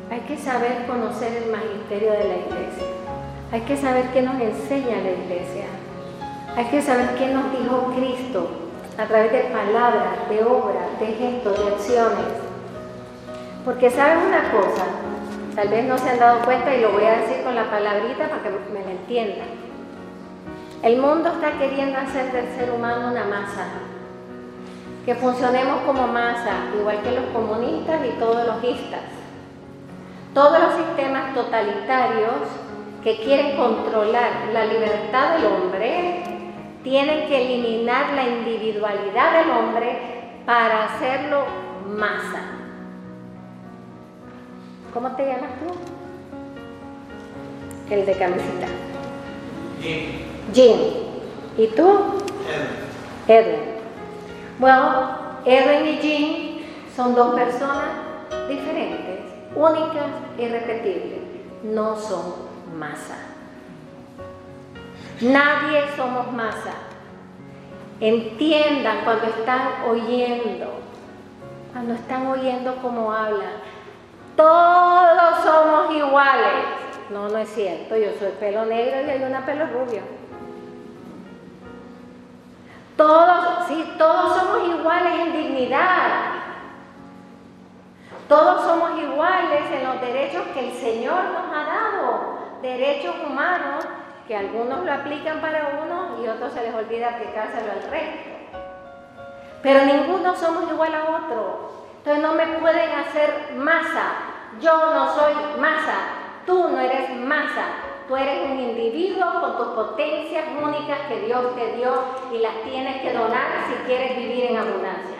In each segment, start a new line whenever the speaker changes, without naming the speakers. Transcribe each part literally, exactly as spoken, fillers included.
Hay que saber conocer el magisterio de la iglesia. Hay que saber qué nos enseña la iglesia. Hay que saber qué nos dijo Cristo a través de palabras, de obras, de gestos, de acciones. Porque ¿saben una cosa? Tal vez no se han dado cuenta y lo voy a decir con la palabrita para que me la entiendan. El mundo está queriendo hacer del ser humano una masa. Que funcionemos como masa, igual que los comunistas y todos los istas. Todos los sistemas totalitarios que quieren controlar la libertad del hombre tienen que eliminar la individualidad del hombre para hacerlo masa. ¿Cómo te llamas tú? El de camiseta.
Jim.
Jim. ¿Y tú?
Edwin.
Edwin. Bueno, Edwin y Jim son dos personas diferentes, únicas e irrepetibles. No son masa. Nadie somos masa. Entiendan cuando están oyendo, cuando están oyendo cómo hablan. Todos somos iguales. No, no es cierto. Yo soy pelo negro y hay una pelo rubio. Todos, sí, todos somos iguales en dignidad. Todos somos iguales en los derechos que el Señor nos ha dado. Derechos humanos que algunos lo aplican para uno y otros se les olvida aplicárselo al resto. Pero ninguno somos igual a otro. Entonces no me pueden hacer masa. Yo no soy masa. Tú no eres masa. Tú eres un individuo con tus potencias únicas que Dios te dio y las tienes que donar si quieres vivir en abundancia.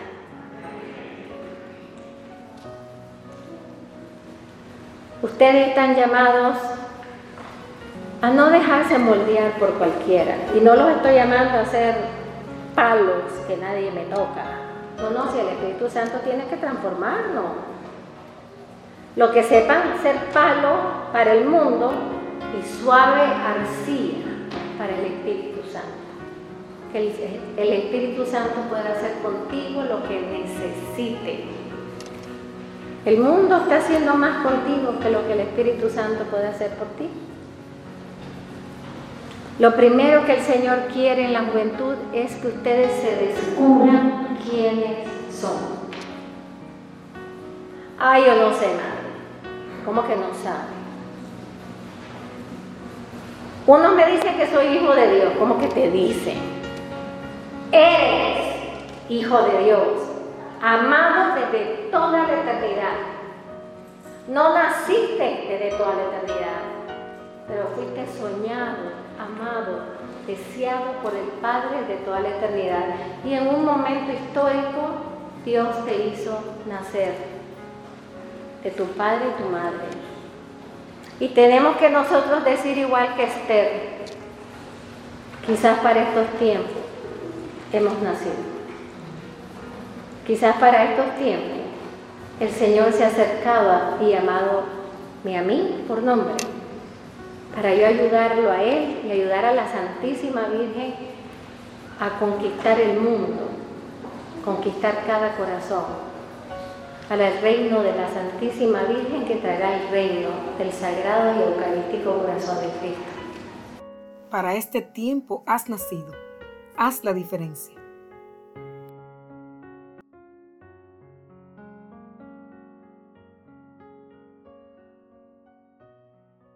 Ustedes están llamados a no dejarse moldear por cualquiera. Y no los estoy llamando a ser palos que nadie me toca. No, no, si el Espíritu Santo tiene que transformarnos. Lo que sepan ser palo para el mundo y suave arcilla para el Espíritu Santo. Que el, el Espíritu Santo pueda hacer contigo lo que necesite. El mundo está haciendo más contigo que lo que el Espíritu Santo puede hacer por ti. Lo primero que el Señor quiere en la juventud es que ustedes se descubran quiénes son. Ay, yo no sé nada. ¿Cómo que no sabe? Uno me dice que soy hijo de Dios. ¿Cómo que te dice? Eres hijo de Dios, amado desde toda la eternidad. No naciste desde toda la eternidad, pero fuiste soñado, amado, deseado por el Padre de toda la eternidad. Y en un momento histórico, Dios te hizo nacer de tu padre y tu madre. Y tenemos que nosotros decir igual que Esther, quizás para estos tiempos hemos nacido. Quizás para estos tiempos el Señor se acercaba y llamado a mí por nombre, para yo ayudarlo a Él y ayudar a la Santísima Virgen a conquistar el mundo, conquistar cada corazón, para el reino de la Santísima Virgen que traerá el reino del Sagrado y Eucarístico Corazón de Cristo.
Para este tiempo has nacido. Haz la diferencia.